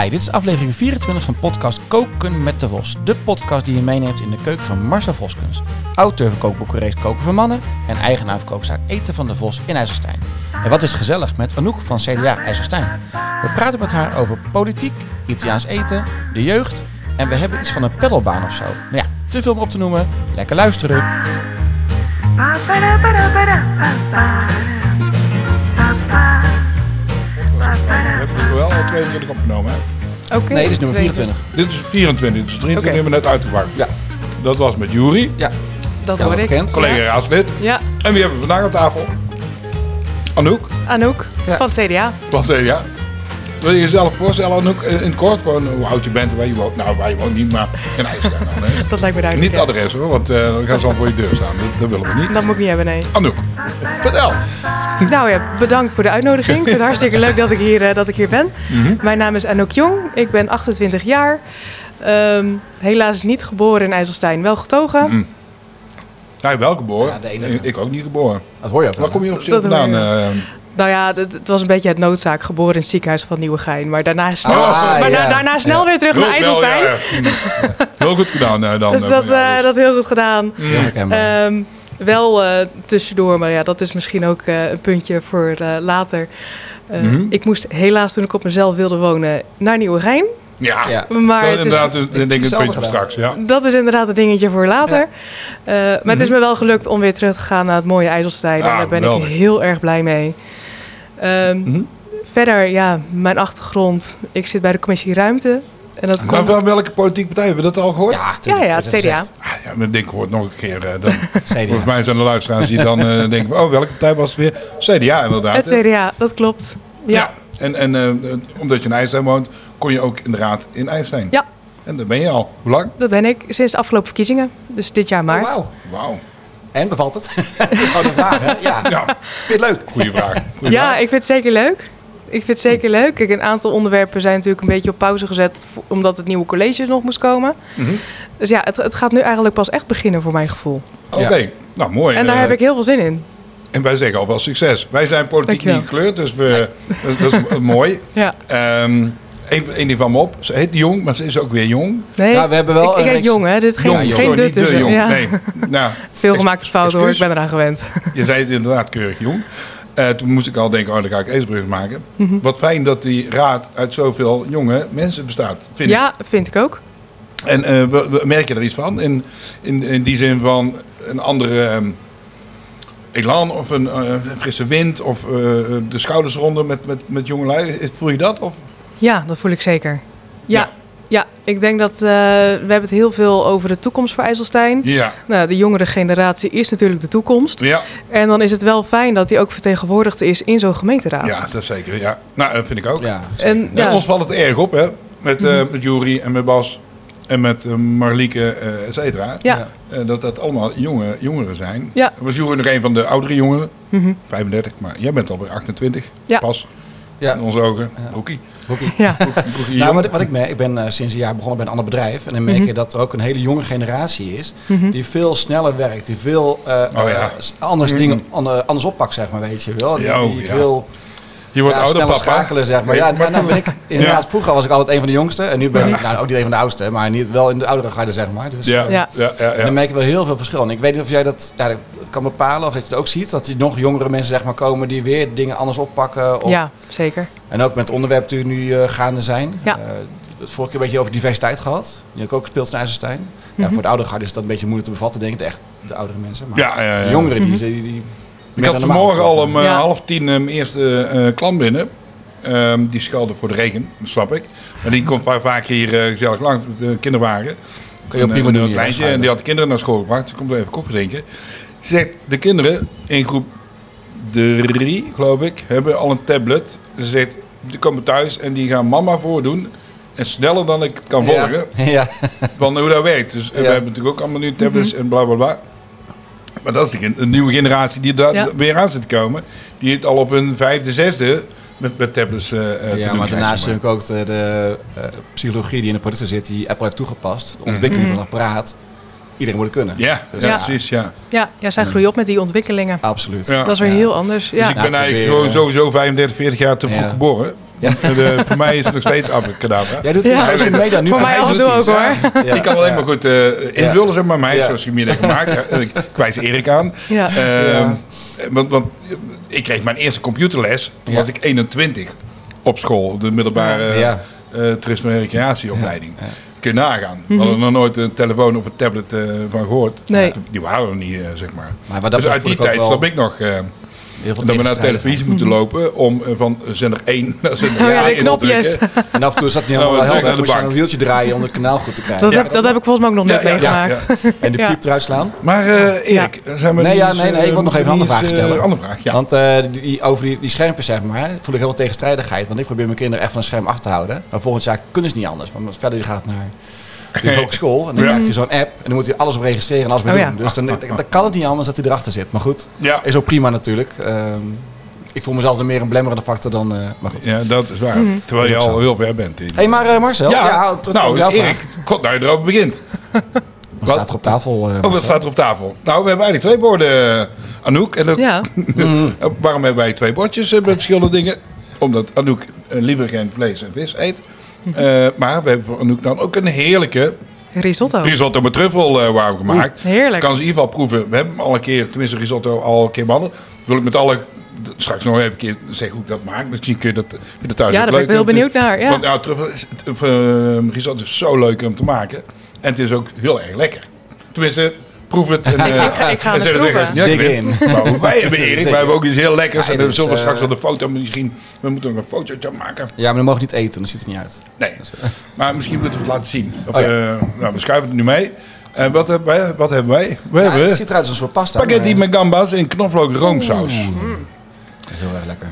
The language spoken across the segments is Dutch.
Hi, dit is aflevering 24 van podcast Koken met de Vos. De podcast die je meeneemt in de keuken van Marcel Voskens. Auteur van kookboek Race Koken voor Mannen en eigenaar van kookzaak Eten van de Vos in IJsselstein. En wat is gezellig met Anouk van CDA IJsselstein. We praten met haar over politiek, Italiaans eten, de jeugd en we hebben iets van een peddelbaan of zo. Nou ja, te veel om op te noemen. Lekker luisteren. We hebben er wel al 22 opgenomen, hè? Okay, Nee, dit is nummer 24. Dit is 24, dus 23 hebben we net uitgebracht. Ja. Dat was met Juri, Ja, Dat ja, hoor ik. bekend. collega raadslid. Ja, En wie hebben we vandaag aan tafel? Anouk, Anouk Ja. van het CDA. wat zei je? Ja. Wil je jezelf voorstellen, Anouk, in het kort? Gewoon hoe oud je bent en waar je woont? Nou, waar je woont niet, maar in IJsselstein dan, hè? Dat lijkt me duidelijk. Niet het adres, hoor, want dan gaan ze al voor je deur staan. Dat willen we niet. Dat moet ik niet hebben, nee. Anouk, vertel. Nou ja, bedankt voor de uitnodiging. Ik vind het hartstikke leuk dat ik hier ben. Mijn naam is Anouk Jong. Ik ben 28 jaar. Helaas niet geboren in IJsselstein. Wel getogen. Ja, wel geboren. Ja, de enige. Ik ook niet geboren. Dat hoor je ook Waar wel. kom je op zich Dat hoor vandaan? je. Nou ja, het was een beetje het noodzaak. Geboren in het ziekenhuis van Nieuwegein. Maar daarna snel, daarna snel weer terug naar IJsselstein. Heel goed gedaan dan. Dus dat heel goed gedaan. Heel herkenbaar. Wel tussendoor, maar ja, dat is misschien ook een puntje voor later. Ik moest helaas, toen ik op mezelf wilde wonen, naar Nieuwegein. Ja, Ja. Maar dat het is is, inderdaad een ding, een hetzelfde puntje voor gedaan. straks. Ja. dat is inderdaad een dingetje voor later. Maar het is me wel gelukt om weer terug te gaan naar het mooie IJsselstein. En Ah, daar ben geweldig. ik heel erg blij mee. Verder, ja, mijn achtergrond. Ik zit bij de commissie Ruimte. En dat Maar komt... wel welke politieke partij? Hebben we dat al gehoord? Ja, tuurlijk. Ja, Dat het is CDA. gezegd. Ah, ja, mijn ding hoort nog een keer. Dan, CDA. volgens mij zijn de luisteraars die dan denken, oh, welke partij was het weer? CDA inderdaad. Het hè? CDA, dat klopt. Ja. En omdat je in IJsselstein woont, kon je ook in de raad in IJsselstein. Ja. En daar ben je al. Hoe lang? Dat ben ik sinds de afgelopen verkiezingen. Dus dit jaar maart. Oh, wauw. Wauw. En bevalt het? Dat is gewoon een vraag, hè? Ja. Ja, Vind je het leuk? goede vraag. Goeie Ja, vraag. ik vind het zeker leuk. Kijk, een aantal onderwerpen zijn natuurlijk een beetje op pauze gezet, omdat het nieuwe college nog moest komen. Dus ja, het gaat nu eigenlijk pas echt beginnen voor mijn gevoel. Oké, nou mooi. En daar heb ik heel veel zin in. En wij zeggen al wel succes. Wij zijn politiek Dankjewel. niet gekleurd, dus dat is mooi. Ja. Eén ding van me op. Ze heet jong, maar ze is ook weer jong. Nee, Nou, we hebben wel ik een heet reeks- jong, hè? Dit Jong, geen sorry, dut niet de tussen. jong. Ja. Nee. Nou, Veel gemaakte fouten hoor, ik ben eraan gewend. je zei het inderdaad keurig jong. Toen moest ik al denken, oh, dan ga ik Eesbrug maken. Mhm. Wat fijn dat die raad uit zoveel jonge mensen bestaat, vind ik. Ja, vind ik ook. En merk je er iets van? In die zin van een andere elan of een frisse wind of de schouders eronder met jongelui. Voel je dat? Of? Ja, dat voel ik zeker. Ja. Ja, ik denk dat we hebben het heel veel over de toekomst voor IJsselstein. Ja. Nou, de jongere generatie is natuurlijk de toekomst. Ja. En dan is het wel fijn dat die ook vertegenwoordigd is in zo'n gemeenteraad. Ja, dat is zeker. Ja. Nou, dat vind ik ook. Ja, En, Ja, ja, ons valt het erg op, hè? Met Juri en met Bas en met Marlieke, et cetera. ja. Dat allemaal jongeren zijn. Ja. Was Juri nog een van de oudere jongeren, Mhm. 35, maar jij bent alweer 28. Ja. Pas Ja. in onze ogen. Broekie. Ja. Broekie Nou, jong. wat ik merk, ik ben sinds een jaar begonnen bij een ander bedrijf. En dan merk je dat er ook een hele jonge generatie is. Die veel sneller werkt. Die veel anders dingen anders oppakt, zeg maar, weet je wel. Die Ja, veel Je wordt ouder, sneller papa. schakelen, zeg maar. Ja, nou ben ik inderdaad. Ja. Vroeger was ik altijd een van de jongste. En nu ben ik, nou ook niet een van de oudste, maar niet wel in de oudere garde, zeg maar. Dus, Ja. Ja. En dan merk je wel heel veel verschil. En ik weet niet of jij dat kan bepalen of dat je het ook ziet. Dat die nog jongere mensen, zeg maar, komen die weer dingen anders oppakken. Of, Ja, zeker. En ook met het onderwerp natuurlijk nu gaande zijn. Ja. Het vorige keer een beetje over diversiteit gehad. Die heb ik ook gespeeld in IJsselstein. Ja, voor de oudere garde is dat een beetje moeilijk te bevatten, denk ik. Echt de oudere mensen. Maar Ja. de jongeren, die Ik had vanmorgen al om Ja. 9:30 mijn eerste klant binnen. Die schalde voor de regen, dat snap ik. Maar die komt vaak hier gezellig langs met de kinderwagen. Kun je ook prima doen Een hier, kleintje, hè, en die had de kinderen naar school gebracht. Ze komt even koffie drinken. Ze zegt, de kinderen in groep 3, geloof ik, hebben al een tablet. Ze zegt, die komen thuis en die gaan mama voordoen. En sneller dan ik het kan volgen. Ja. Van hoe dat werkt. Dus we hebben natuurlijk ook allemaal nu tablets en bla bla bla. Maar dat is een nieuwe generatie die daar Ja. weer aan zit te komen. Die het al op hun 5e, 6e met tablets te doen Ja, maar krijgt, daarnaast zeg maar. natuurlijk ook de psychologie die in de producten zit, die Apple heeft toegepast. De ontwikkeling van een apparaat. Iedereen moet het kunnen. Ja, Dus ja, ja. precies, ja. Ja, zij groeien op met die ontwikkelingen. Absoluut. Ja. Ja. Dat is weer heel anders. Dus Ja. ik ben eigenlijk proberen. gewoon sowieso 35, 40 jaar te vroeg Ja. geboren. Ja. Voor mij is het nog steeds abracadabra. Jij doet het Ja. social media nu Voor mij af en toe ook, hoor. Ik kan alleen maar goed invullen, zeg maar. Mij is social media gemaakt. Ik wijs Erik aan. Ja. Want ik kreeg mijn eerste computerles. Toen was ik 21 op school. Op de middelbare toerisme- en recreatieopleiding. Ja. Kun je nagaan. We hadden nog nooit een telefoon of een tablet van gehoord. Nee. Die waren er niet, zeg maar. Maar wat dat Dus uit die tijd snap ik nog... heel veel dat we naar de televisie moeten lopen om van zender 1 naar zender 2 de in te knopjes. drukken. En af en toe zat het niet Nou, helemaal we helder. Dan trekken moest je aan aan de het wieltje draaien om het kanaal goed te krijgen. Dat heb ik volgens mij ook nog net meegemaakt. En de Ja. piep eruit slaan. Maar Erik, zijn we Nee, die ja, is, nee, ik wil nog even een andere vraag stellen. Andere vraag, ja. Want over die schermpjes, zeg maar, voel ik heel veel tegenstrijdigheid. Want ik probeer mijn kinderen echt van een scherm af te houden. Maar volgend jaar kunnen ze niet anders. Want verder die gaat naar de hogeschool. En dan krijgt hij zo'n app. En dan moet hij alles op registreren en alles mee Oh, doen. ja. Dus dan kan het niet anders dat hij erachter zit. Maar goed, Ja. is ook prima natuurlijk. Ik voel mezelf er meer een blemmerende factor dan... maar goed. Ja, dat is waar. Terwijl je Dat is ook al zo. heel ver bent. Hé, maar Marcel. Terug op jouw Erik, vraag. god, nou je erover begint. Wat staat er op tafel? Wat staat er op tafel? Nou, we hebben eigenlijk 2 borden, Anouk. En ook, Ja. waarom hebben wij 2 bordjes met verschillende dingen? Omdat Anouk liever geen vlees en vis eet. Maar we hebben voor Anouk dan ook een heerlijke Risotto. risotto met truffel warm gemaakt. Heerlijk. Kan ze in ieder geval proeven. We hebben hem al een keer, tenminste risotto al een keer behandeld. Wil ik met alle... Straks nog even een keer zeggen hoe ik dat maak. Misschien kun je dat vind je thuis Ja, ook daar ben leuk. ik heel benieuwd naar. Ja. Want nou, risotto is zo leuk om te maken. En het is ook heel erg lekker. Tenminste, proef het. En, Ik ga en eens zeg proeven. als je het niet Dig lekker vindt. Maar wij hebben Erik, Zeker. wij hebben ook iets heel lekkers. Ja, En het dan is, zullen we straks wel de foto misschien... We moeten nog een fotootje maken. Ja, maar dan mogen we niet eten. Dan ziet het niet uit. Nee, maar misschien moeten we het laten zien. Of, Oh ja. nou, we schuiven het nu mee. En wat hebben wij? We Ja, hebben het ziet eruit als een soort pasta. spaghetti maar- met gambas in knoflook roomsaus. Dat is heel erg lekker.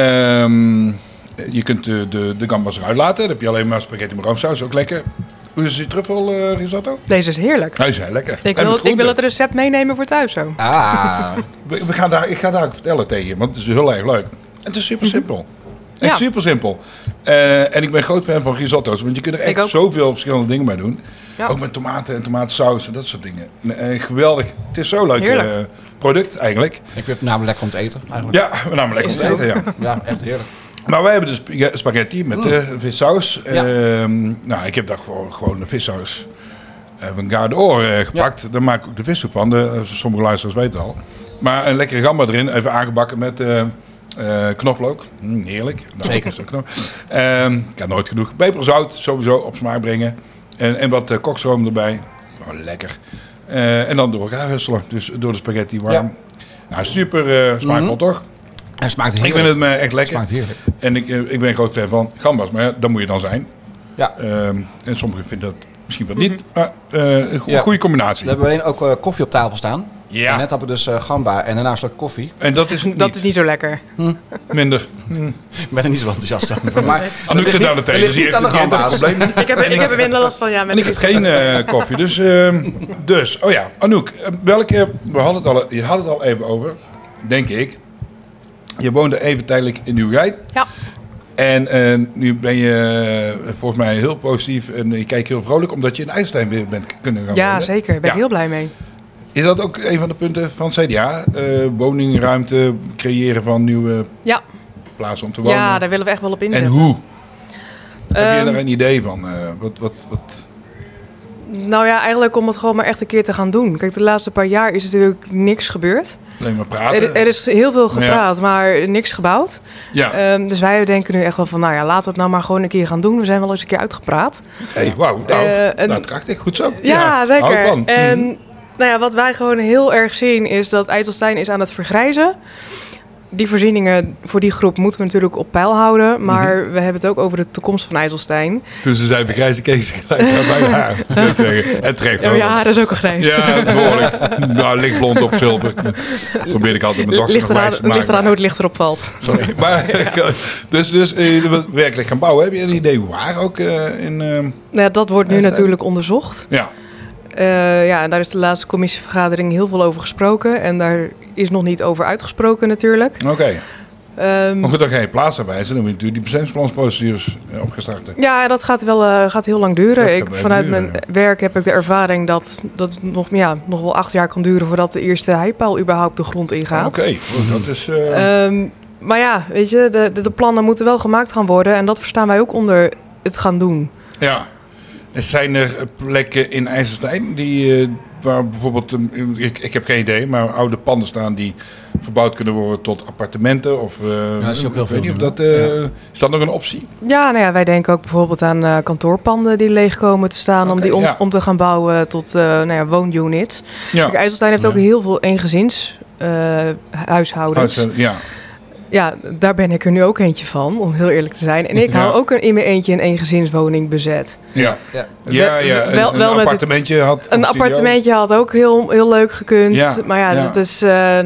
Je kunt de gambas eruit laten. Dan heb je alleen maar spaghetti met roomsaus. Ook lekker. Hoe is die truffel risotto? Deze is heerlijk. Hij is heel lekker. Ik En met wil groenten. het recept meenemen voor thuis zo. Ah, Ik ga daar ook vertellen tegen je, want het is heel erg leuk. En het is super simpel. Echt Ja. super simpel. En ik ben groot fan van risotto's, want je kunt er Ik echt ook. zoveel verschillende dingen mee doen. Ja. Ook met tomaten en tomatensaus en dat soort dingen. En geweldig. Het is zo'n leuk Heerlijk. product eigenlijk. ik vind het namelijk lekker om te eten. Eigenlijk. Ja, met name lekker om Is te het eten, ja. Ja, echt heerlijk. Maar wij hebben dus spaghetti met vissaus. Ja. Nou, ik heb daar gewoon de vissaus van Gardeoor gepakt. Daar maak ik ook de vissoep van. Sommige luisteraars weten het al. Maar een lekkere gamba erin, even aangebakken met knoflook. Heerlijk. Nou, Zeker. is ook nog. Ik heb nooit genoeg. Peperzout sowieso op smaak brengen. En wat koksroom erbij. Oh, lekker. En dan door elkaar husselen. Dus door de spaghetti warm. Ja. Nou, super smaakvol toch? Hij smaakt Ik heerlijk. vind het echt lekker. Smaakt heerlijk. En ik ben een groot fan van gambas, maar ja, dat moet je dan zijn. Ja. En sommigen vinden dat misschien wel niet, maar een Ja. goede combinatie. We hebben alleen ook koffie op tafel staan. Ja. En net hadden we dus gamba en daarna een slok koffie. En dat is niet, Dat is niet zo lekker. minder. Ik ben er niet zo enthousiast over. Maar Anouk zit daar tegen. ligt niet aan de gamba's. probleem. Ik heb er minder last van, ja. Met En ik heb geen koffie, dus oh ja, Anouk, je had het al even over, denk ik. Je woonde even tijdelijk in Nieuwegein. Ja. En nu ben je volgens mij heel positief en je kijkt heel vrolijk omdat je in IJsselstein weer bent kunnen gaan Ja, wonen. zeker. Daar ben ik Ja. heel blij mee. Is dat ook een van de punten van het CDA? Woningruimte, creëren van nieuwe Ja. plaatsen om te wonen? Ja, daar willen we echt wel op en inzetten. hoe? Heb je Ehm, daar een idee van? Wat? Nou ja, eigenlijk om het gewoon maar echt een keer te gaan doen. Kijk, de laatste paar jaar is natuurlijk niks gebeurd. Alleen maar praten? Er is heel veel gepraat, maar niks gebouwd. Ja. Dus wij denken nu echt wel van, nou ja, laten we het nou maar gewoon een keer gaan doen. We zijn wel eens een keer uitgepraat. Hey, wauw. Nou, en- krachtig. Goed zo. Ja, Hou zeker. ik van. En nou ja, wat wij gewoon heel erg zien is dat IJsselstein is aan het vergrijzen. Die voorzieningen voor die groep moeten we natuurlijk op peil houden. Maar we hebben het ook over de toekomst van IJsselstein. Toen ze zei, grijze Kees gelijk bij haar. Zou ik zeggen. En terecht. Ja, hoor. je haar is ook al grijs. Ja, behoorlijk. Nou, lichtblond op zilver. Probeer ik altijd mijn dochter Ligt nog wijs te maken. eraan hoe het licht erop valt. Sorry. Maar, dus je wilt werkelijk gaan bouwen. Heb je een idee waar ook in... Nou ja, dat wordt nu IJsselstein? natuurlijk onderzocht. ja. Ja, en daar is de laatste commissievergadering heel veel over gesproken. En daar is nog niet over uitgesproken natuurlijk. Oké. Ehm, Maar goed, dan ga je plaats aanwijzen. Dan moet je natuurlijk die bestemmingsplanprocedures op gaan starten. Ja, dat gaat wel gaat heel lang duren. Dat gaat wel Vanuit duren, mijn werk heb ik de ervaring dat het nog wel 8 jaar kan duren voordat de eerste heipaal überhaupt de grond ingaat. Oké, goed, dat is... Ehm, Maar ja, weet je, de plannen moeten wel gemaakt gaan worden. En dat verstaan wij ook onder het gaan doen. Ja. En zijn er plekken in IJsselstein waar bijvoorbeeld, ik heb geen idee, maar oude panden staan die verbouwd kunnen worden tot appartementen? Of, dat is ook heel veel. Is dat nog een optie? Ja, nou ja, wij denken ook bijvoorbeeld aan kantoorpanden die leeg komen te staan om die om te gaan bouwen tot woonunits. Ja. Kijk, IJsselstein heeft ook heel veel eengezins huishoudens. Ja, daar ben ik er nu ook eentje van, om heel eerlijk te zijn. En ik hou ook in mijn eentje een eengezinswoning bezet. Ja. Een appartementje had... Een appartementje had ook heel leuk gekund. Ja. Maar dat is...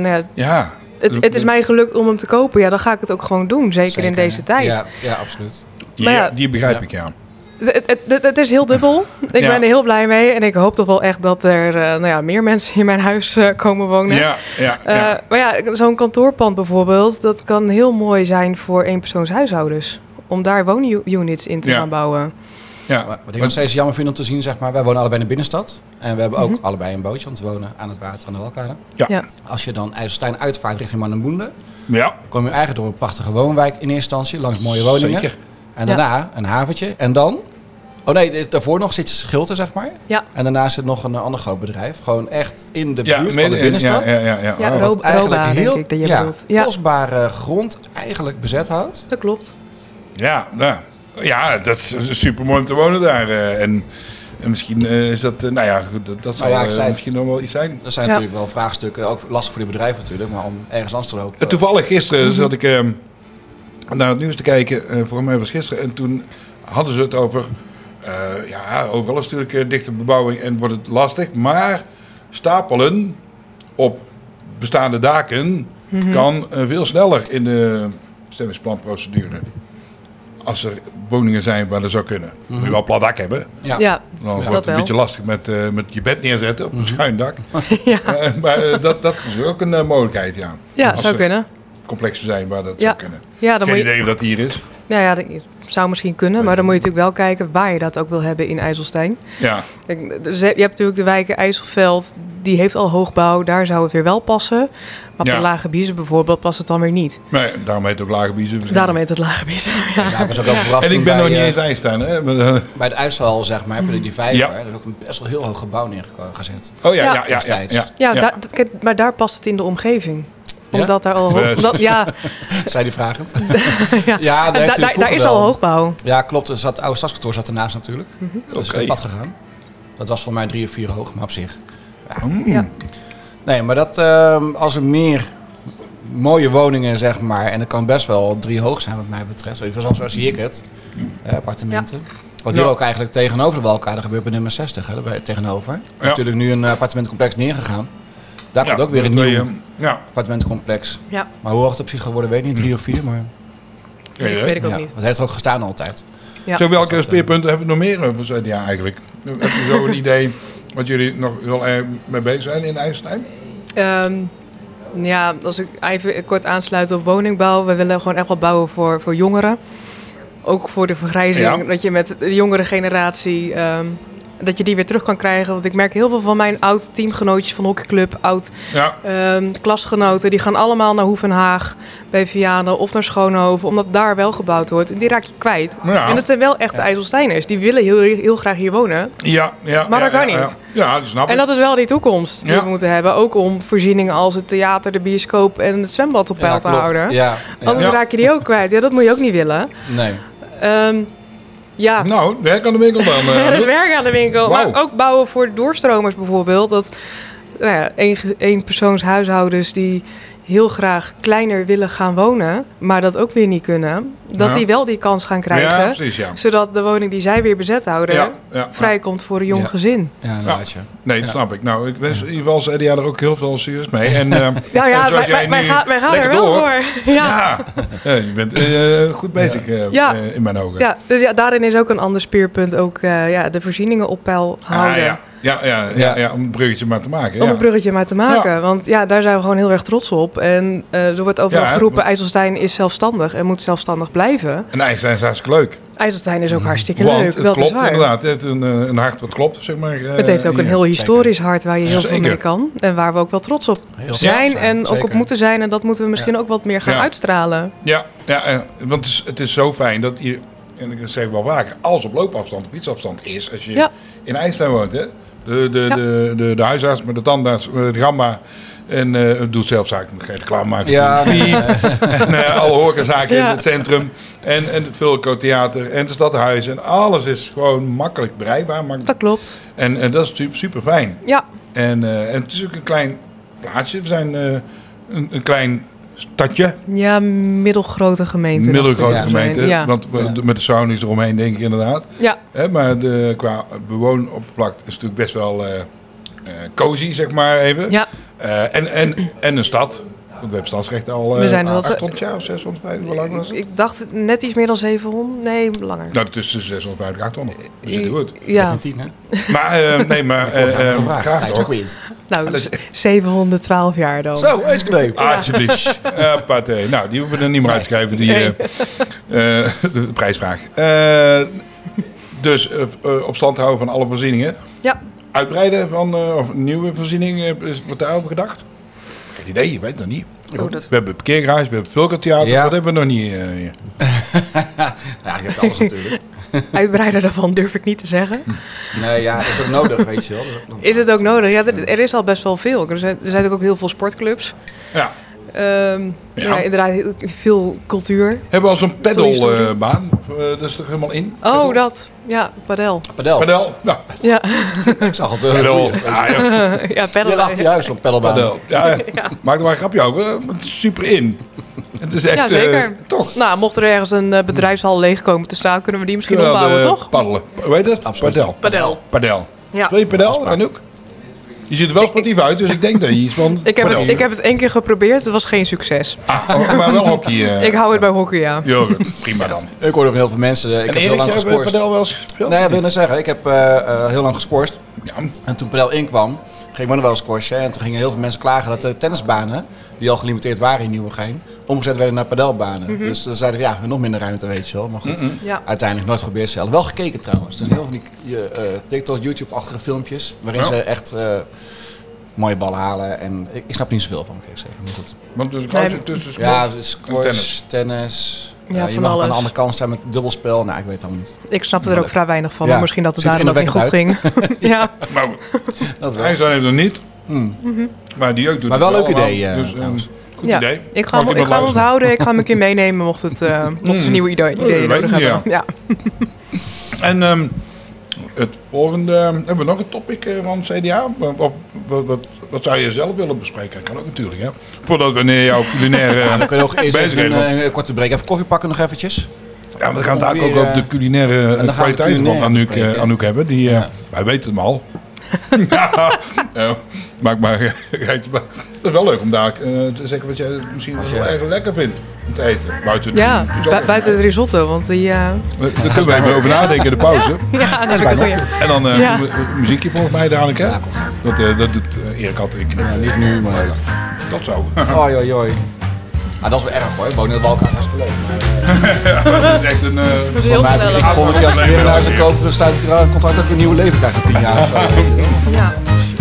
Het is mij gelukt om hem te kopen. Ja, dan ga ik het ook gewoon doen. Zeker in deze tijd. Ja, absoluut. Maar die begrijp ik, ja. Het is heel dubbel. Ik ben er heel blij mee. En ik hoop toch wel echt dat er meer mensen in mijn huis komen wonen. Maar ja, zo'n kantoorpand bijvoorbeeld, dat kan heel mooi zijn voor eenpersoonshuishoudens. Om daar woonunits in te gaan bouwen. Ja. Wat ik nog steeds jammer vind om te zien, zeg maar, wij wonen allebei in de binnenstad. En we hebben ook allebei een bootje, want we wonen aan het water aan de Walkade. Ja. Als je dan IJsselstein uitvaart richting Manenboende, dan kom je eigenlijk door een prachtige woonwijk in eerste instantie, langs mooie woningen. Zeker. En daarna een haventje. En dan... Oh nee, daarvoor nog zit Schilte, zeg maar. Ja. En daarna zit nog een ander groot bedrijf. Gewoon echt in de buurt van de binnenstad. Ja, wat eigenlijk Roba, heel denk ik dat je bedoelt. Ja. kostbare grond eigenlijk bezet houdt. Dat klopt. Ja, dat is super mooi om te wonen daar. En misschien is dat... dat zal misschien nog wel iets zijn. Er zijn natuurlijk wel vraagstukken. Ook lastig voor die bedrijven natuurlijk. Maar om ergens anders te lopen. Toevallig gisteren zat ik naar het nieuws te kijken. Voor mij was gisteren. En toen hadden ze het over... overal is natuurlijk dichte bebouwing en wordt het lastig. Maar stapelen op bestaande daken kan veel sneller in de bestemmingsplanprocedure. Als er woningen zijn waar dat zou kunnen. Moet je wel plat dak hebben. Ja, dan wordt het een beetje lastig met je bed neerzetten op een schuin dak. Maar dat is ook een mogelijkheid, ja. Ja, zou kunnen. Complexen zijn waar dat zou kunnen. Ja, dan geen idee of dat hier is. Ja, dat zou misschien kunnen, maar dan moet je natuurlijk wel kijken waar je dat ook wil hebben in IJsselstein. Ja. Kijk, dus je hebt natuurlijk de wijken IJsselveld, die heeft al hoogbouw, daar zou het weer wel passen. Maar op de Lage Biezen bijvoorbeeld past het dan weer niet. Nee, daarom heet het ook Lage Biezen. Daarom heet het Lage Biezen, ik was ook wel verrast. En ik ben nog niet eens IJsselstein, hè? Bij de Uitstal, zeg maar, heb je die vijver. Daar is ook een best wel heel hoog gebouw neergezet. Oh ja. Maar daar past het in de omgeving. Omdat daar al Zei die vragend? Daar is al hoogbouw. Ja, klopt. Het oude stadskantoor zat ernaast natuurlijk. Dat is op pad gegaan. Dat was voor mij 3 of 4 hoog, maar op zich. Ja. Nee, maar dat als er meer mooie woningen, zeg maar, en dat kan best wel 3 hoog zijn wat mij betreft. Zo zie ik het. Appartementen. Wat hier ook eigenlijk tegenover de Walkade gebeurt bij nummer 60. Hè, tegenover. Er is natuurlijk nu een appartementencomplex neergegaan. Daar komt ook weer een nieuw appartementencomplex. Ja. Maar hoe hoog het precies gaat worden, weet ik niet. 3 of 4, maar... Weet ik ook niet. Dat heeft er ook gestaan altijd. Ja. Zo, welke speerpunten hebben we nog meer over CDA eigenlijk? Heb je zo een idee wat jullie nog wel mee bezig zijn in IJsselstein? Als ik even kort aansluit op woningbouw. We willen gewoon echt wel bouwen voor jongeren. Ook voor de vergrijzing. Dat je met de jongere generatie... dat je die weer terug kan krijgen. Want ik merk heel veel van mijn oud-teamgenootjes van hockeyclub, klasgenoten, die gaan allemaal naar Hoevenhaag, bij Vianen of naar Schoonhoven, omdat daar wel gebouwd wordt. En die raak je kwijt. Ja. En dat zijn wel echte IJsselsteiners. Die willen heel graag hier wonen. Maar dat kan niet. Ja, dat snap ik. En dat is wel die toekomst die we moeten hebben. Ook om voorzieningen als het theater, de bioscoop en het zwembad op peil te houden. Anders raak je die ook kwijt. Ja, dat moet je ook niet willen. Nee. Nou, werk aan de winkel dan. Er is werk aan de winkel. Wow. Maar ook bouwen voor doorstromers bijvoorbeeld. Dat eenpersoonshuishoudens die heel graag kleiner willen gaan wonen, maar dat ook weer niet kunnen. Dat die wel die kans gaan krijgen. Precies, zodat de woning die zij weer bezet houden vrijkomt voor een jong gezin. Ja, inderdaad. Nee, dat snap ik. Nou, ik wens in ieder geval CDA er ook heel veel succes mee. En, wij gaan er wel voor. Je bent goed bezig in mijn ogen. Ja, dus daarin is ook een ander speerpunt. Ook de voorzieningen op peil houden. Om een bruggetje maar te maken. Om een bruggetje maar te maken. Want daar zijn we gewoon heel erg trots op. En er wordt overal geroepen, IJsselstein is zelfstandig en moet zelfstandig blijven. En IJsselstein is hartstikke leuk. IJsselstein is ook hartstikke Want leuk, het dat klopt is waar. inderdaad. Het heeft een hart wat klopt, zeg maar. Het heeft ook een heel historisch hart waar je heel veel Zeker. mee kan. En waar we ook wel trots op Heel zijn trots en ook zeker. op moeten zijn. En dat moeten we misschien ook wat meer gaan Ja. uitstralen. Ja, want het is zo fijn dat je, en ik zeg wel vaker, alles op loopafstand of fietsafstand is als je Ja. in IJsselstein woont. Hè? De huisarts, met de tandarts, met de gamma. En doet zelf zaken, moet geen reclame maken. Ja, nee. En alle horecazaken Ja. in het centrum. En het Vulco Theater en het stadhuis. En alles is gewoon makkelijk bereikbaar. Dat klopt. En dat is super fijn. Ja, En het is ook een klein plaatsje. We zijn een klein stadje. ja, middelgrote gemeente. Middelgrote dacht ik. gemeente. Ja. Want met de saunies eromheen denk ik inderdaad. Ja, Maar qua bewoonoppervlak is het natuurlijk best wel cozy, zeg maar even. ja. En een stad. We hebben stadsrechten al We zijn er wel 800 jaar of 650, hoe lang was het? Ik dacht net iets meer dan 700. Nee, langer. Nou, tussen 650 en 800. Dat zit goed. Ja, 10, hè? Maar graag toch. quiz. nou, 712 jaar dan. Zo, ijskleep. Alsjeblieft. Partij. Nou, die hoeven we er niet meer uit te schrijven, de prijsvraag. Dus op stand houden van alle voorzieningen. Ja, Uitbreiden van of nieuwe voorzieningen, wordt daarover gedacht? Geen idee, je weet het nog niet. oh, dat, We hebben een parkeergarage, we hebben het Vulco Theater, Ja. wat hebben we nog niet hier? Ja, je hebt alles natuurlijk. uitbreiden daarvan durf ik niet te zeggen. Nee, ja, dat is ook nodig, weet je wel. Dat is ook nog- Is het ook nodig? Ja, er is al best wel veel. Er zijn ook heel veel sportclubs. Ja. Ja, inderdaad, heel veel cultuur. Hebben we al zo'n historie. pedalbaan? Dat is toch helemaal in? Oh, dat. Ja, padel. Padel. Padel? Nou, Ja, Ik zag het. padel. Ja, ja. ja padel. Hier achter je huis zo'n pedalbaan. Padel. Ja, maak er maar een grapje over. Het is super in. Het is echt, Ja, zeker. toch? Nou, mocht er ergens een bedrijfshal leeg komen te staan, kunnen we die misschien Kunnen we opbouwen, dat, toch? Paddelen. Hoe heet het? Absoluut. Padel. Padel. Padel. Ja. Speel je padel, Anouk? Je ziet er wel sportief uit, dus ik denk dat je iets van padel. Ik heb het 1 keer geprobeerd, het was geen succes. Maar wel hockey. Ik hou het bij hockey, ja. Ja, goed. Prima dan. Ik hoor nog heel veel mensen. Ik En heb heel Erik, lang jij hebt gescorst. padel wel eens gespeeld? Nee, ik wil net zeggen. Ik heb heel lang gescorst. Ja. En toen padel inkwam, ging ik me nog wel scorsen. En toen gingen heel veel mensen klagen dat de tennisbanen, die al gelimiteerd waren in Nieuwegein, omgezet werden naar padelbanen. Dus dan zeiden we, ja, nog minder ruimte, weet je wel. Maar goed, Ja. uiteindelijk nooit geprobeerd zelf. Wel gekeken trouwens. Dus heel veel van die TikTok, YouTube-achtige filmpjes, waarin Ja. ze echt mooie ballen halen. En ik snap er niet zoveel van, moet ik zeggen. Maar goed. Want dus Nee. kruis tussen Ja, sport dus en tennis. squash, tennis. Ja, je van mag ook aan de alles. andere kant staan met dubbelspel. Nou, ik weet het allemaal niet. Ik snapte er ook vrij weinig van, Ja. maar misschien dat het Ziet er daarom ook niet goed ging. indrukwekkend Ja, Maar Dat wel. IJsselstein heeft het niet. Hmm. Maar die jeugd doet Maar het wel een leuk allemaal. idee, Dus, trouwens. goed ja. idee. Ik ga Mag hem iemand luisteren? onthouden, ik ga hem een keer meenemen mocht ze nieuwe ideeën weet nodig niet, hebben. Ja. En het volgende, hebben we nog een topic van CDA? Wat zou je zelf willen bespreken? Kan ook natuurlijk, hè? Voordat we naar jouw culinaire Ja, dan kun je ook eerst even bezigheden. een korte break. Even koffie pakken nog eventjes. Ja, maar we gaan het daar ook weer, over de culinaire dan gaan we kwaliteiten van culinair bespreken. Anouk hebben. Die, Ja. wij weten hem al. Ja, maak maar een geitje. Maar het is wel leuk om daar te zeggen wat jij misschien wel erg lekker vindt om te eten. Buiten Ja, risotto. buiten de risotto, want die... Daar kunnen we even over nadenken in de pauze. ja, dat is een goeie. En dan Ja. muziekje volgens mij dadelijk, hè? Ja, komt Dat doet Erik altijd in Ja, niet nu, maar... Tot zo. Oi, oi, oi. Ah, dat is wel erg hoor. Ik woon in de Balkan, hartstikke leuk. Maar, Dat is echt een... Dat is heel ik gezellig. volgende keer als ik weer een huis koop, dan sluit ik er een contract ook een nieuw leven krijgen. 10 jaar of zo. weet je wel. Ja.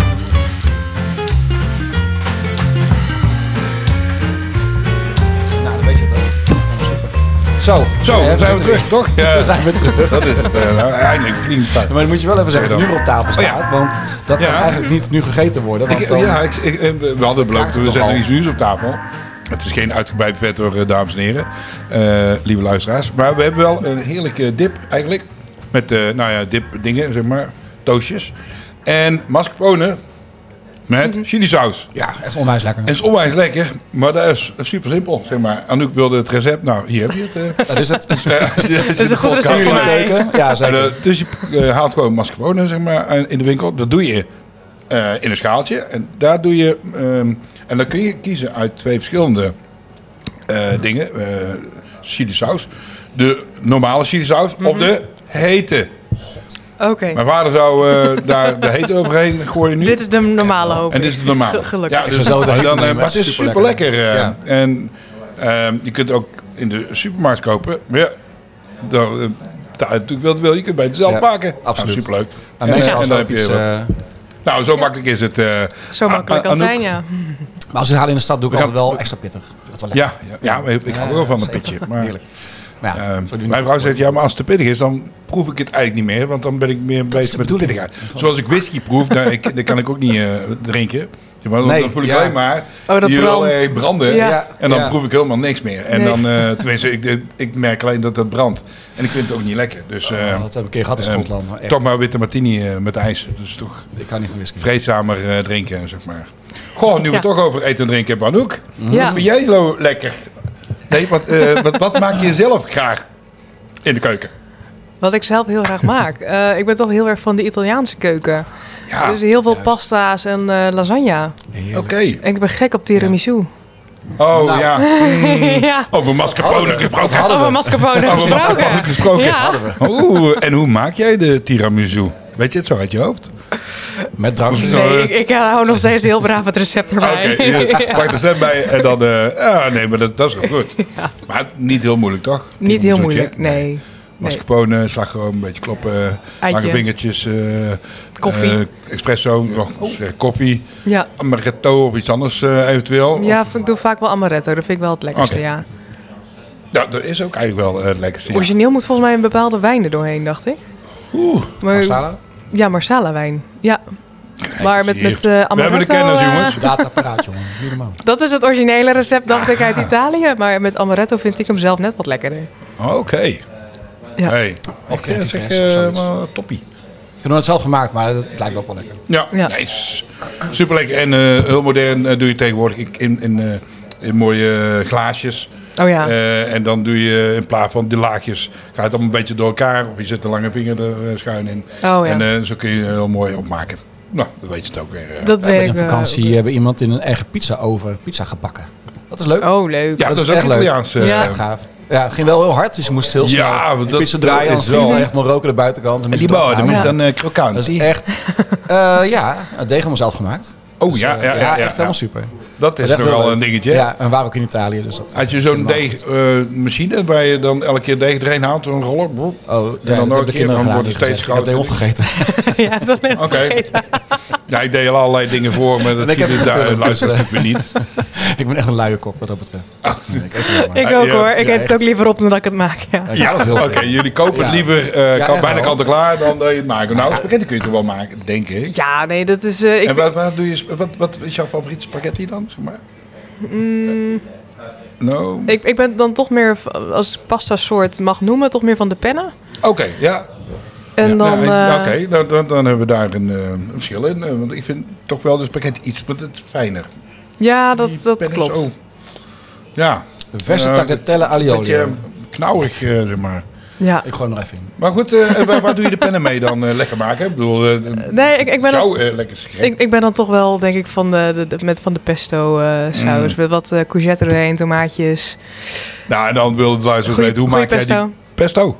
Nou, dan weet je het ook. Super. Zo, Zo, zijn we terug, toch? Ja. We zijn weer terug. Dat is het. Nou, eindelijk verdiend staan. Maar dan moet je wel even zeggen dat het nu weer op tafel staat, want dat kan Ja. eigenlijk niet nu gegeten worden. Want dan, We hadden beloofd, Kraakt het we zetten nogal. iets nieuws op tafel. Het is geen uitgebreid vet hoor, dames en heren. Lieve luisteraars. Maar we hebben wel een heerlijke dip eigenlijk. Met, dip dingen, zeg maar. Toastjes. En mascarpone met chilisaus. ja, echt onwijs lekker. En het is onwijs lekker, maar dat is super simpel, zeg maar. Anouk wilde het recept. Nou, hier heb je het. Dat is het. Dat is een goed recept in voor de mij. keuken. Ja, zeker. Dus je haalt gewoon mascarpone, zeg maar, in de winkel. Dat doe je in een schaaltje. En daar doe je... en dan kun je kiezen uit 2 verschillende dingen. Chilisaus. De normale chilisaus of de hete. Oké, Mijn vader zou daar de hete overheen gooien nu. dit is de normale hoop. En dit is de normale. Gelukkig. Ja, Ik zou zo de hete dan, nemen, maar het is super super lekker. Ja. En je kunt het ook in de supermarkt kopen. Maar ja, dan natuurlijk wil je kunt bij jezelf Ja, maken. absoluut. Nou, superleuk. En meestal dan ook heb je iets... wat. Nou, zo makkelijk is het. Zo makkelijk kan het Anouk? zijn, ja. maar als ik haal in de stad doe ik Ja. altijd wel extra pittig. Ik vind dat wel lekker. Ja, maar ik hou wel van een zeker. pitje. Maar, Heerlijk. Maar ja, zo doen we mijn het. vrouw zegt, ja, maar als het te pittig is, dan proef ik het eigenlijk niet meer. Want dan ben ik meer bezig de met de bedoeling. pittigheid. Zoals ik whisky proef, dan kan ik ook niet drinken. Maar Nee, dan voel ik ja. alleen maar Oh, dat die brandt. allerlei branden. Ja. En dan Ja. proef ik helemaal niks meer. En Nee. dan, tenminste, ik merk alleen dat het brandt. En ik vind het ook niet lekker. Dus Dat heb ik een keer gehad in Schotland. Maar echt, toch maar witte martini met ijs. Dus toch ik kan niet van whisky. vreedzamer drinken, zeg maar. Goh, nu we Ja. het toch over eten en drinken hebben, Anouk. Ja. Wat vind jij zo lekker? Nee, wat maak je zelf graag in de keuken? Wat ik zelf heel graag maak. Ik ben toch heel erg van de Italiaanse keuken. Ja, Dus heel veel juist. pasta's en lasagne. Heerlijk. oké. En ik ben gek op tiramisu. Oh Nou. ja, Ja, over mascarpone gesproken. over mascarpone Over mascarpone gesproken. gesproken. Ja. Oeh, en hoe maak jij de tiramisu? Weet je het zo uit je hoofd? Met drank. Nee, ik hou nog steeds heel braaf het recept erbij. Oké, je pakt de cent bij en dan... nee, maar dat is wel goed. Maar niet heel moeilijk, toch? Niet heel Tiramisu, moeilijk, nee. Mascarpone, slagroom, een beetje kloppen, Eitje. lange vingertjes, Koffie. espresso, koffie, Ja, amaretto of iets anders eventueel. ja, ik doe vaak wel amaretto. Dat vind ik wel het lekkerste, Oké. ja. Ja, dat is ook eigenlijk wel het lekkerste. Ja. Origineel moet volgens mij een bepaalde wijn er doorheen, dacht ik. Maar, Marsala. ja, Marsala wijn. Ja. Maar met hier. amaretto... We hebben de kennis, jongens. Datapparaat, jongen. Niet normaal. Dat is het originele recept, dacht ik, uit Italië. Maar met amaretto vind ik hem zelf net wat lekkerder. Oké. Ja. Hey. Of creatief zeg, is of zoiets. maar toppie. Ik heb nog het zelf gemaakt, maar het lijkt me ook wel lekker. Ja, Ja. nee, super lekker. En heel modern doe je tegenwoordig in mooie glaasjes. Oh ja. En dan doe je in plaats van die laagjes, ga je het allemaal een beetje door elkaar. Of je zet een lange vinger er schuin in. Oh ja. En zo kun je heel mooi opmaken. Nou, dat weet je het ook weer. Dat We weet hebben ik in vakantie hebben iemand in een eigen pizza gebakken. Dat is leuk. Oh, leuk. Ja, dat is ook echt leuk. Italiaans. Dat is Ja. echt gaaf. Ja, het ging wel heel hard, dus je moest heel snel Ja, die dat- pizza draaien. dat Anders is ging wel- het echt maar roken de buitenkant. En die bodem dat is Ja. dan krokant. Dat is echt... ja, het deeg helemaal zelf gemaakt. Oh Dus, ja, ja, echt ja. helemaal super. Dat is echt heel nogal leuk. een dingetje. Ja, en we waren ook in Italië, dus dat... Als je zo'n deegmachine waar je dan elke keer deeg erin haalt, een roller. Oh, dan ja, nog dat een hebben de keer, kinderen dan gedaan. wordt het dus steeds ik heb het helemaal opgegeten. Ja, dat heb ik Oké. vergeten. Ja, ik deed al allerlei dingen voor, maar dat En ik zie heb je het daar gefilmd, luistert dus, natuurlijk weer niet. Ik ben echt een luie kok wat dat betreft. Nee, ik eet het wel maar. Ik ook Ja, hoor. Ik ja, eet het echt. ook liever op dan dat ik het maak. Ja. Ja, ik hou ook heel Oké, veel. jullie kopen het Ja. liever echt bijna wel. kant-en-klaar dan dat je het maakt. Nou, spaghetti kun je toch wel maken, denk ik. Ja, nee, dat is... En wat doe je, wat is jouw favoriete spaghetti dan? Zeg maar? No. ik ben dan toch meer, als ik pasta soort mag noemen, toch meer van de pennen. Oké, ja. En Ja, dan... Oké, dan hebben we daar een verschil in. Want ik vind toch wel de spaghetti iets wat het fijner. Ja, Die dat pen is klopt. zo- Ja. Verse tagliatelle Een alioli. beetje knauwig, zeg maar. Ja. Ik gooi hem nog even in. Maar goed, waar doe je de pennen mee dan lekker maken? Ik bedoel, Nee, ik ben dan... jouw lekker gerecht. Ik ben dan toch wel, denk ik, van de pesto saus. Met wat courgette erheen, tomaatjes. Nou, en dan wil het luisteren Goeie- weten, hoe goeie maak jij die pesto?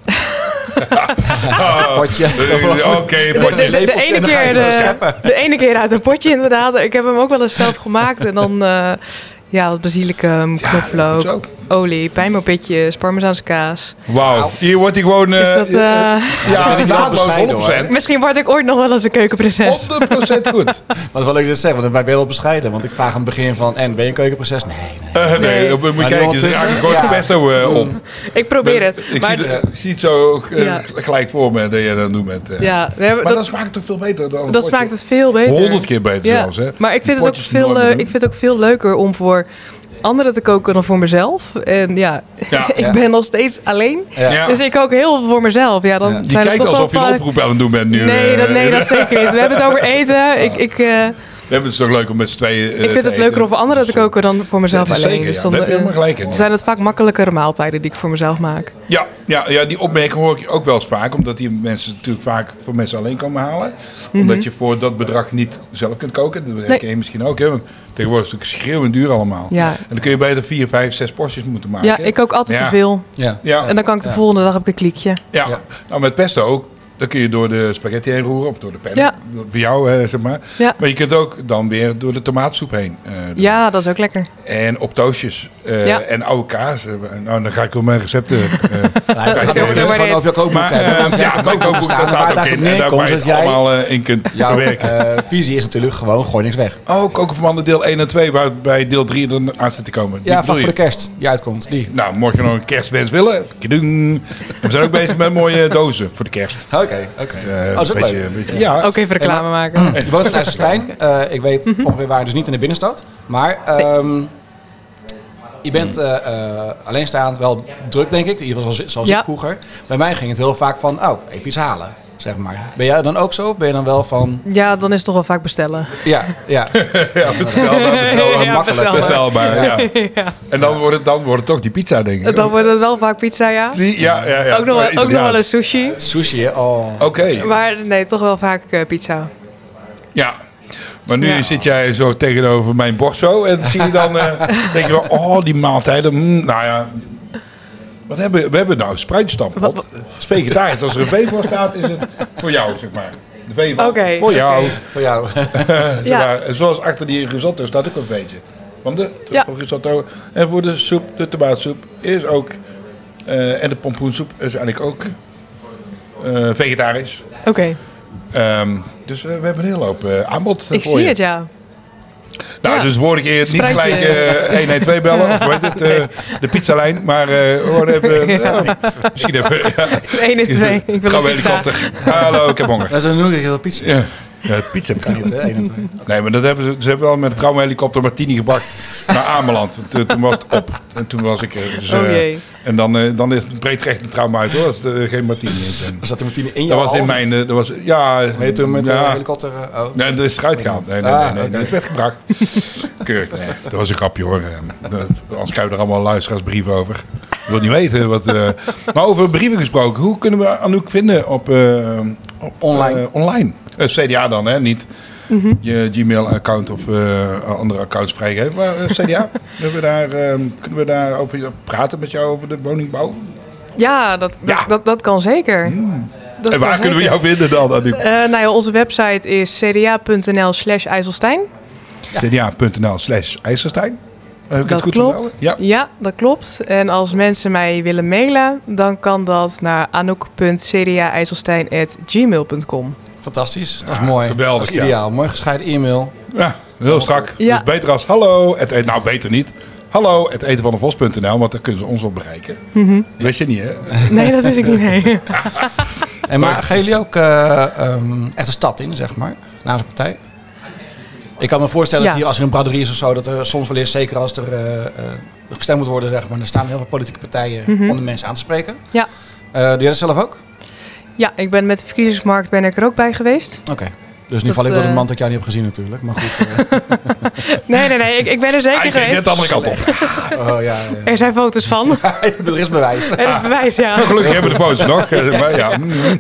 Potje. Oké, De potje. ene lepeltje en dan ga je keer hem zo scheppen. de ene keer uit een potje inderdaad. Ik heb hem ook wel eens zelf gemaakt. En dan wat basilicum, Ja, knoflook, goed olie, pijnboompitjes, parmezaanse kaas. Wauw, hier wordt hij gewoon... Is dat, ja, ben ik wel naadloos bescheiden, hoor. 100%. misschien word ik ooit nog wel eens een keukenprinses. 100% goed. Wat wil ik dit zeggen? Want wij ben wel bescheiden. Want ik vraag aan het begin van... En ben je een keukenproces? Nee. Nee, Nee. moet je Maar kijken, nu ze raken ondertussen, gewoon ja. de pesto op. Ik probeer het. Ik Maar zie het zo ook, Ja. gelijk voor me dat je dat doet met... ja, we hebben, maar dan dat, smaakt het toch veel beter dan een dat potje? smaakt het veel beter. 100 keer beter Ja, zelfs, hè? maar ik vind, Die het ook potjes nooit meer doen. ik vind het ook veel leuker om voor anderen te koken dan voor mezelf. En ja, Ja. ik Ja. ben nog steeds alleen. Ja. Dus ik kook heel veel voor mezelf. Ja, dan Ja. Die zijn er kijkt toch alsof je wel een vaak- oproep aan het doen bent nu. Nee, dat zeker niet. We hebben het over eten. We hebben het toch leuk om met z'n tweeën Ik vind het leuker om voor anderen te koken dan voor mezelf Dat is alleen. zeker, Dus ja. dan Daar heb je helemaal gelijk in. zijn het vaak makkelijkere maaltijden die ik voor mezelf maak. Ja, die opmerking hoor ik ook wel eens vaak. Omdat die mensen natuurlijk vaak voor mensen alleen komen halen. Omdat je voor dat bedrag niet zelf kunt koken. Dat herken je misschien ook. Hè? Want tegenwoordig is het natuurlijk schreeuwend duur allemaal. Ja. En dan kun je beter 4, 5, 6 porties moeten maken. Ja, ik kook altijd Ja. te veel. Ja. Ja, En dan kan ik de volgende dag heb ik een kliekje. ja. Ja. Nou met pesto ook. Dan kun je door de spaghetti heen roeren of door de pen. Ja. Bij jou, zeg maar. Ja. Maar je kunt ook dan weer door de tomaatsoep heen. Ja, dat is ook lekker. En op toastjes. Ja. En oude kaas. Nou, dan ga ik op mijn recepten... Ja, we gaan het Ja, eerst gewoon over je kookboek Maar hebben. ja, mijn kookboek, daar waar staat het ook in. eigenlijk En daar neerkomt, waar je is het jij... allemaal in kunt Jouw verwerken. visie is natuurlijk gewoon, gooi niks weg. Oh, Koken voor Mannen deel 1 en 2, waar bij deel 3 er aan zit te komen. Die Ja, bedoel vlak voor je? de kerst die uitkomt. Die. Nou, mocht je nog een kerstwens willen, kidoeng. We zijn ook bezig met mooie dozen voor de kerst. Oké. Dat is ook leuk. Ja, Ook even reclame maken. Je woont in IJsselstein. Ik weet ongeveer waar, dus niet in de binnenstad. Maar je bent alleenstaand, wel druk denk ik. In ieder geval zoals Ja. ik vroeger. Bij mij ging het heel vaak van, even iets halen. Zeg maar. Ben jij dan ook zo? Ben je dan wel van... Ja, dan is het toch wel vaak bestellen. Ja. ja, bestelbaar. Ja, makkelijk. Bestelbaar, ja. Ja. En dan wordt het toch die pizza, denk ik. Dan wordt het wel vaak pizza, ja. Zie, ja. Ook nog wel een sushi. Sushi, hè? Oh. Oké, Maar nee, toch wel vaak pizza. ja. Maar nu Ja. zit jij zo tegenover mijn bord zo en zie je dan, denk je wel, die maaltijden, nou ja. We hebben nou spruitstampot. Wat- Het is vegetarisch. Als er een vee voor staat, is het voor jou, zeg maar. De vee van, Oké. voor jou. Voor jou. Zeg Ja. maar. En zoals achter die risotto staat ook een veetje. Van de Ja. risotto. En voor de soep, de tomaatsoep, is ook, en de pompoensoep is eigenlijk ook vegetarisch. Oké, Dus we hebben een hele hoop aanbod ik voor zie je. het, ja. Nou, Ja. dus word ik niet Spruitje. gelijk 112 bellen, of hoe heet het, de pizzalijn, maar gewoon even, misschien even, 1 en 2. Ik wil Gauw een pizza. helikopter. Hallo, ik heb honger. Dat is een heel veel pizza's. Ja, pizza Kan niet, hè? 1 en 2. Nee, maar dat hebben ze hebben wel met de traumahelikopter Martini gebracht naar Ameland. Toen was het op. En toen was ik er. Dus, Oh jee. en dan is het breed recht een trauma uit hoor, als er geen Martini in zijn. Was dat de Martine in Dat jouw was in hal? mijn, dat was, ja. Ben je toen met de ja. helikopter... oh. Nee, dat is eruit gehaald. Nee, oké. het werd gebracht. Keurig, nee. Dat was een grapje hoor. Anders krijgen we er allemaal luisteraarsbrieven over. Ik wil niet weten wat... Maar over brieven gesproken. Hoe kunnen we Anouk vinden op Online. online? CDA dan, hè? Niet je Gmail-account of andere accounts vrijgeven. Maar CDA, kunnen we daar over praten met jou over de woningbouw? Ja, dat kan zeker. Dat En waar kan kunnen we zeker. jou vinden dan, Anouk? Nou ja, onze website is cda.nl/IJsselstein. cda.nl/IJsselstein. Heb ik Dat het goed klopt. onthouden? Ja. Ja, dat klopt. En als mensen mij willen mailen, dan kan dat naar anouk.cdaijsselstein@gmail.com. Fantastisch. Dat is Ja, mooi. geweldig, Dat is ideaal. Mooi gescheiden e-mail. Ja, heel strak. Ja. Dus beter als hallo, nou beter niet. Hallo, @etenvandevos.nl, want daar kunnen ze ons op bereiken. Wist je niet, hè? Nee, dat is ik niet. Nee. En maar gaan jullie ook echt de stad in, zeg maar, na zo'n partij? Ik kan me voorstellen dat Ja. hier, als er een braderie is of zo, dat er soms wel eens, zeker als er gestemd moet worden, zeg maar, er staan heel veel politieke partijen om de mensen aan te spreken. Ja. Doe jij dat zelf ook? Ja, ik ben met de verkiezingsmarkt ben ik er ook bij geweest. Oké. Dus nu Dat, val ik door de mand dat ik jou niet heb gezien natuurlijk. Maar goed. Nee, ik ben er zeker Hij ging geweest. net de andere kant op. Ja. Er zijn foto's van. Er is bewijs. Er is bewijs, ja. Gelukkig hebben we de foto's nog. Maar ja.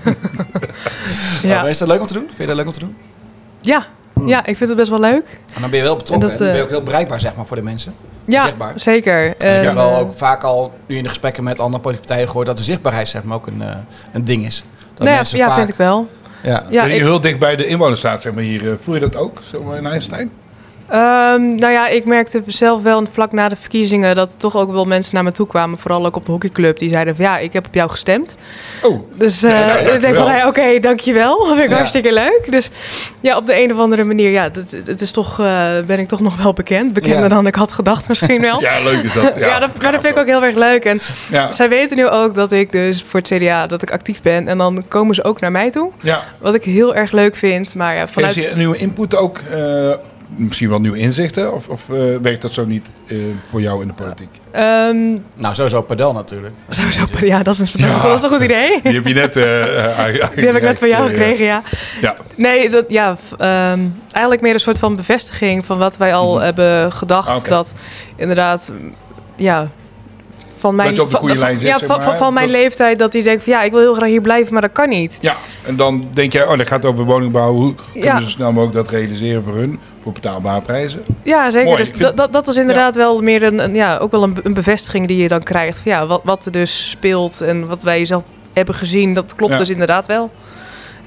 Maar is dat leuk om te doen? Vind je dat leuk om te doen? Ja, ik vind het best wel leuk. En dan ben je wel betrokken. En dat, hè? Dan ben je ook heel bereikbaar, zeg maar, voor de mensen. Ja, Zichtbaar. zeker. Ik heb wel ook vaak al nu in de gesprekken met andere politieke partijen gehoord dat de zichtbaarheid, zeg maar, ook een ding is. Dat Nou mensen ja, vaak, vind ik wel. Ja. Ja, Dat je heel dicht bij de inwoners staat, zeg maar hier. Voel je dat ook, zeg maar in IJsselstein? Nou ja, ik merkte zelf wel vlak na de verkiezingen dat er toch ook wel mensen naar me toe kwamen. Vooral ook op de hockeyclub. Die zeiden van ja, ik heb op jou gestemd. Oh, Dus ja, ik denk van wel. hey, oké, dankjewel. Dat vind ik Ja. hartstikke leuk. Dus ja, op de een of andere manier, ja, het is toch, ben ik toch nog wel bekend. Bekender Ja. dan ik had gedacht misschien wel. ja, leuk is dat. Ja, maar dat vind ik ook heel erg leuk. En Ja, zij weten nu ook dat ik dus voor het CDA dat ik actief ben. En dan komen ze ook naar mij toe. ja. Wat ik heel erg leuk vind. Maar ja, Vanuit... vanuit... Geef je nieuwe input ook, misschien wel nieuwe inzichten? Of werkt dat zo niet voor jou in de politiek? Nou, sowieso padel natuurlijk. Sowieso, ja, dat is een goed idee. Die heb je net... Die heb ik net van jou gekregen, ja. Ja. Nee, eigenlijk meer een soort van bevestiging van wat wij al hebben gedacht. Oké. Dat inderdaad, ja, van mijn, Dat je op de goede lijn zit, ja, zeg van, maar. van mijn Dat- leeftijd, dat die denkt van ja, ik wil heel graag hier blijven, maar dat kan niet. Ja, en dan denk jij, dat gaat over woningbouw. Hoe kunnen Ja. we zo snel mogelijk dat realiseren voor hun? Voor betaalbare prijzen? Ja, zeker. Mooi, Dus ik vind- dat was inderdaad wel meer ook wel een bevestiging die je dan krijgt. Van, ja, wat er dus speelt en wat wij zelf hebben gezien, dat klopt Ja. dus inderdaad wel.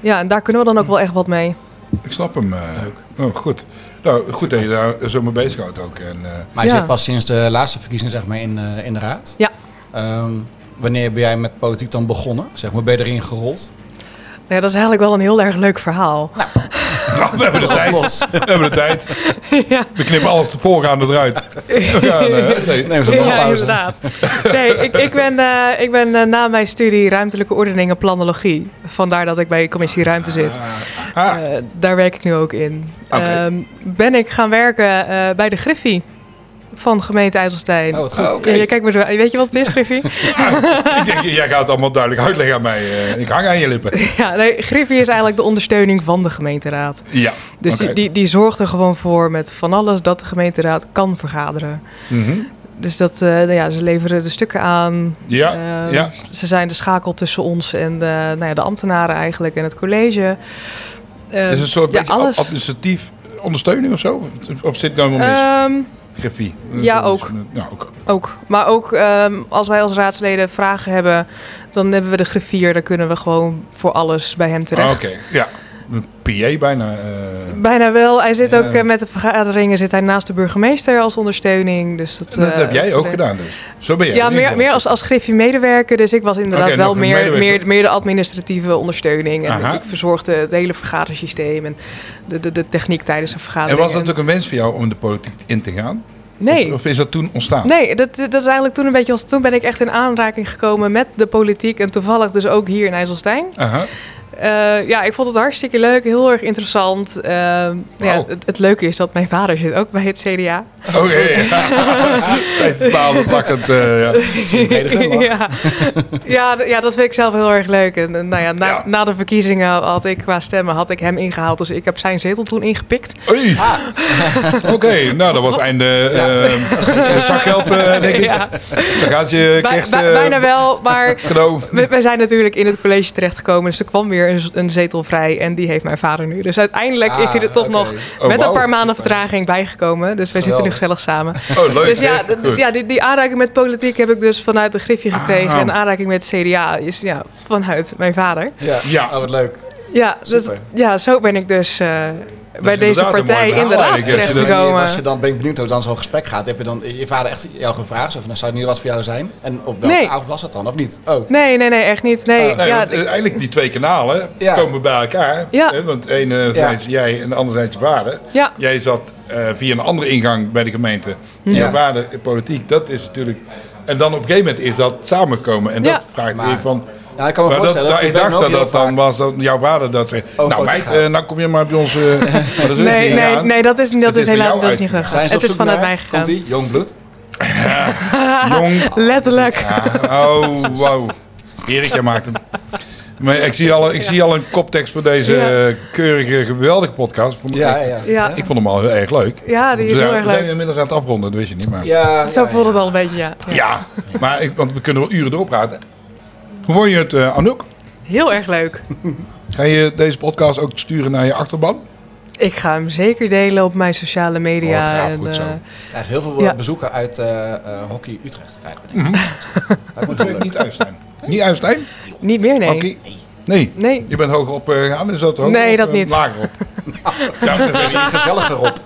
Ja, en daar kunnen we dan ook wel echt wat mee. Ik snap hem. Goed. Nou, goed dat je daar zo mee bezighoudt ook. Maar je zit pas sinds de laatste verkiezingen zeg maar, in de raad. Ja. Wanneer ben jij met politiek dan begonnen? Zeg maar, ben je erin gerold? Ja, dat is eigenlijk wel een heel erg leuk verhaal. Nou, we hebben de tijd. We hebben de tijd. Ja. We knippen alles de voorgaande eruit. Neem zo'n Ja, pauze. inderdaad. Nee, ik ben na mijn studie ruimtelijke ordening en planologie. Vandaar dat ik bij Commissie Ruimte zit. Daar werk ik nu ook in. Oké. Ben ik gaan werken bij de Griffie van gemeente IJsselstein. Oh, wat goed. Oké. Ja, je kijkt me zo. Weet je wat het is, Griffie? Ik denk, jij gaat het allemaal duidelijk uitleggen aan mij. Ik hang aan je lippen. Ja, nee, Griffie is eigenlijk de ondersteuning van de gemeenteraad. Ja. Dus Oké. die zorgt er gewoon voor met van alles dat de gemeenteraad kan vergaderen. Mhm. Dus dat, ze leveren de stukken aan. Ja, ja. Ze zijn de schakel tussen ons en de ambtenaren eigenlijk en het college. Is het een soort beetje alles. administratief ondersteuning of zo? Of zit het nou wel mis? Griffie. ja, ook. Ja, ook. Ook. Maar ook als wij als raadsleden vragen hebben, dan hebben we de griffier. Dan kunnen we gewoon voor alles bij hem terecht. Oké, ja. Een PA bijna. Bijna wel. Hij zit ook met de vergaderingen zit hij naast de burgemeester als ondersteuning. Dus dat heb jij ook gedaan dus. Zo ben jij. Ja, meer als griffie-medewerker. Dus ik was inderdaad Oké, wel nog een meer medewerker. de administratieve ondersteuning. En Aha. ik verzorgde het hele vergadersysteem en de techniek tijdens de En vergadering. was dat ook een wens voor jou om de politiek in te gaan? Nee. Of is dat toen ontstaan? Nee, dat is eigenlijk toen een beetje... Toen ben ik echt in aanraking gekomen met de politiek. En toevallig dus ook hier in IJsselstein. Aha. Ik vond het hartstikke leuk. Heel erg interessant. Het leuke is dat mijn vader zit ook bij het CDA. Oké. Zij staan pakkend. Ja, dat vind ik zelf heel erg leuk. En na de verkiezingen had ik qua stemmen hem ingehaald. Dus ik heb zijn zetel toen ingepikt. Oei. Oké, nou dat was einde zakgeld, denk ik. Ja. Dan gaat je kerst... Bijna wel, maar cadeau. we zijn natuurlijk in het college terechtgekomen. Dus er kwam weer een zetel vrij en die heeft mijn vader nu. Dus uiteindelijk is hij er toch nog met een paar maanden vertraging bijgekomen. Dus wij zitten nu gezellig samen. Oh, leuk. Dus die aanraking met politiek heb ik dus vanuit de Griffie gekregen. En de aanraking met het CDA is vanuit mijn vader. Ja, oh, wat leuk. Ja, dus, zo ben ik dus bij deze partij in de raad terechtgekomen. Als je dan ben ik benieuwd hoe dan zo'n gesprek gaat. Heb je dan je vader echt jou gevraagd? Zo van, nou, zou het nu wat voor jou zijn? En op welke avond was dat dan, of niet? Oh. Nee, echt niet. Nee. Eigenlijk die twee kanalen komen bij elkaar. Ja. Hè, want enerzijds jij en de anderzijds je vader. Ja. Jij zat via een andere ingang bij de gemeente. Je vader in politiek, dat is natuurlijk... En dan op een gegeven moment is dat samengekomen. En dat vraagt ik van... Ja, ik kan me voorstellen. Ik dacht dat dat dan was dat jouw vader dat zei. Nou meid, nou kom je maar bij ons. Nee, dat is helaas niet gegaan. Het is vanuit mij gegaan. Komt-ie? Jong bloed? Jong. Letterlijk. Ja, oh, wow. Erik, jij maakt hem. Maar ik zie al een koptekst voor deze keurige, geweldige podcast. Ik vond hem al heel erg leuk. Ja, die is heel erg We zijn leuk. inmiddels aan het afronden, dat wist je niet. Maar... Zo voelde het al een beetje, Ja, maar want we kunnen wel uren doorpraten. Hoe vond je het, Anouk? Heel erg leuk. Ga je deze podcast ook sturen naar je achterban? Ik ga hem zeker delen op mijn sociale media. Goed zo. Ik krijg heel veel bezoeken uit Hockey Utrecht. Dat moet leuk. Niet Uistein. Niet Uistein? Niet meer, nee. Hockey? Nee. Je bent hoger op gegaan, is dat hoog? Nee, dat niet. Lager op. Dat is gezelliger op.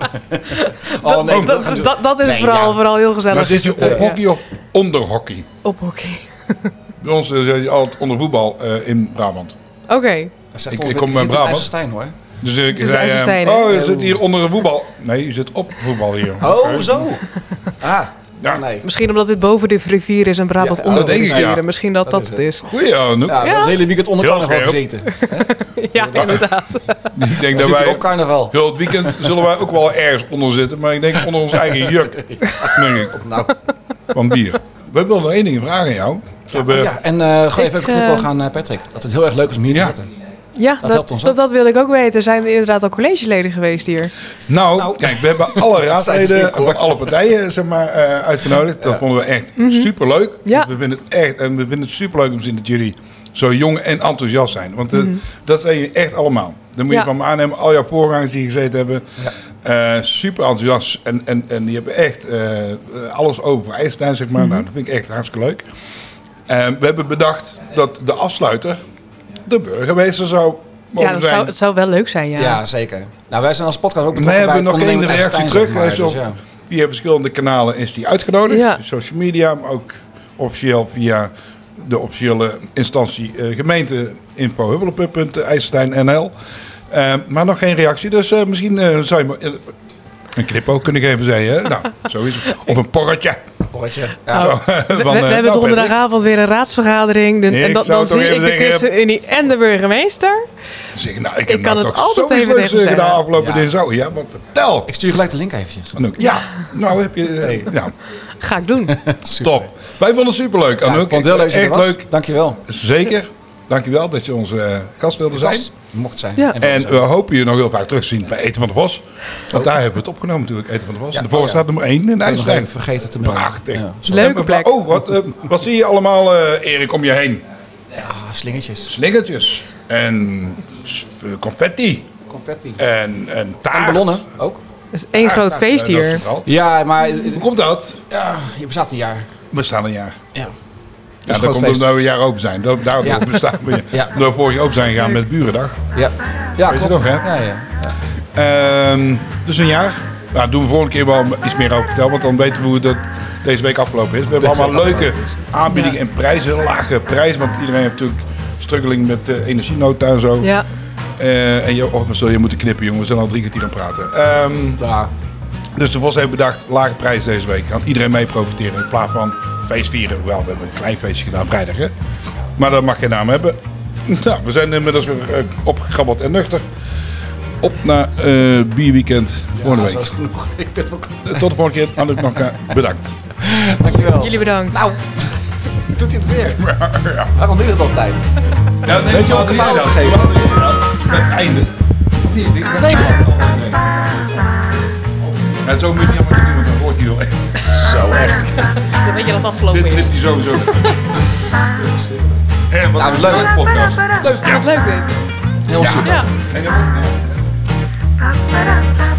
Dat is vooral heel gezellig. Maar zit je op hockey of onder hockey? Op hockey. Bij ons zit je altijd onder voetbal in Brabant. Oké. Ik kom bij Brabant. IJsselstein, hoor. Dus ik Het is zei, IJsselstein, je zit hier onder een voetbal. Nee, je zit op voetbal hier. Oh, zo. Nee. Misschien omdat dit boven de rivier is en Brabant onder de rivier. Misschien dat het is. Goeie, Anouk. Ja, het hele weekend onder carnaval gezeten. Ja, inderdaad. Ik denk dat wij op carnaval. heel het weekend zullen wij ook wel ergens onder zitten. Maar ik denk onder ons eigen juk. Denk ik. Nou. Van bier. We willen nog één ding vragen aan jou. En gooi even knipoog aan Patrick. Dat het heel erg leuk is om hier te zitten. Ja, dat helpt ons ook. dat wil ik ook weten. Zijn er inderdaad al collegeleden geweest hier? Nou, kijk, we hebben alle raadsleden van alle partijen uitgenodigd. Dat vonden we echt superleuk. Ja. We vinden het echt, en we vinden het superleuk om te zien dat jullie zo jong en enthousiast zijn. Want dat zijn jullie echt allemaal. Dan moet je van me aannemen, al jouw voorgangers die gezeten hebben. Ja. Super enthousiast. En die hebben echt alles over voor IJsselstein, zeg maar. Nou, dat vind ik echt hartstikke leuk. We hebben bedacht dat de afsluiter de burgemeester zou mogen Ja, zijn. het zou wel leuk zijn, ja. Ja, zeker. Nou, wij zijn als podcast ook We betrokken bij hebben nog één Ondernemend reactie IJsselstein, terug. zeg maar. Hij is Dus op- Via verschillende kanalen is die uitgenodigd. Ja. Social media, maar ook officieel via de officiële instantie gemeenteinfo@huppelepup.ijsselstein.nl. Maar nog geen reactie, dus misschien zou je me een knip ook kunnen geven, zei je. Hè? Nou, sowieso. Of een porretje. Porretje. Nou, Ja. we hebben donderdagavond weer een raadsvergadering. Ik En zou dan toch zie even ik de zeggen, ChristenUnie en de burgemeester. Zeg, nou, ik Ik heb kan nou het toch altijd zoiets even leuks tegen gedaan zeggen. afgelopen Ja. dinsdag. Ja, wat vertel. Ik stuur gelijk de link eventjes. Anouk. Ja, nou heb je... ja, Ga ik doen. top. Wij vonden het superleuk, Ja, ik Anouk. vond het heel leuk dat je er Echt was. leuk. Dankjewel. Zeker. Dankjewel dat je onze gast wilde zijn. Gast mocht zijn. Ja. En we hopen je nog heel vaak terug te zien bij Eten van de Vos. Want daar hebben we het opgenomen natuurlijk, Eten van de Vos. Ja, De Vos staat nummer 1 in Ik nog IJsselstein. even vergeten te melden. Prachtig. Ja. Leuke plek. Oh, wat zie je allemaal, Erik, om je heen? Ah, slingertjes. Slingertjes. En confetti. Confetti. En taart. En ballonnen ook. Het is één groot feest Dat is hier. vooral. Ja, maar Hoe komt dat? ja, je bestaat een jaar. We staan een jaar. Ja. Ja, een dat groot komt feest. omdat we een jaar open zijn. Daardoor Ja. bestaan we. Ja. Omdat we vorig jaar open zijn gegaan met Burendag. Ja, ja Weet je klopt. nog, hè? Ja, ja. Dus een jaar. Nou, daar doen we volgende keer wel iets meer over vertellen. Want dan weten we hoe dat deze week afgelopen is. We hebben Deze allemaal week leuke aanbiedingen en prijzen. Lage prijzen. Want iedereen heeft natuurlijk struggling met energienota en zo. Ja. En we zullen je moeten knippen, jongen. We zijn al 3 kwartier aan het praten. Ja. Dus de Vos heeft bedacht, lage prijs deze week. Kan iedereen mee profiteren in plaats van feest vieren. Wel, we hebben een klein feestje gedaan vrijdag, hè. Maar dat mag geen naam hebben. Nou, we zijn inmiddels weer opgegrabbeld en nuchter. Op naar bierweekend volgende Ja, zo week. is het genoeg. Ik vind het ook. Tot de volgende keer. Anouk nog bedankt. Dankjewel. Jullie bedankt. Nou, doet hij het weer? Waarom doe je het altijd? Ja, Weet je welke paal gegeven? Met het einde. Nee, man. Ja, zo moet je niet allemaal doen, want dan hoort hij wel echt. Zo, echt. Dan weet je dat het afgelopen Dit is. knipt hij sowieso. En wat Nou, een leuk. leuke podcast. Wat leuk dit. Heel super. Ja. En dan wordt-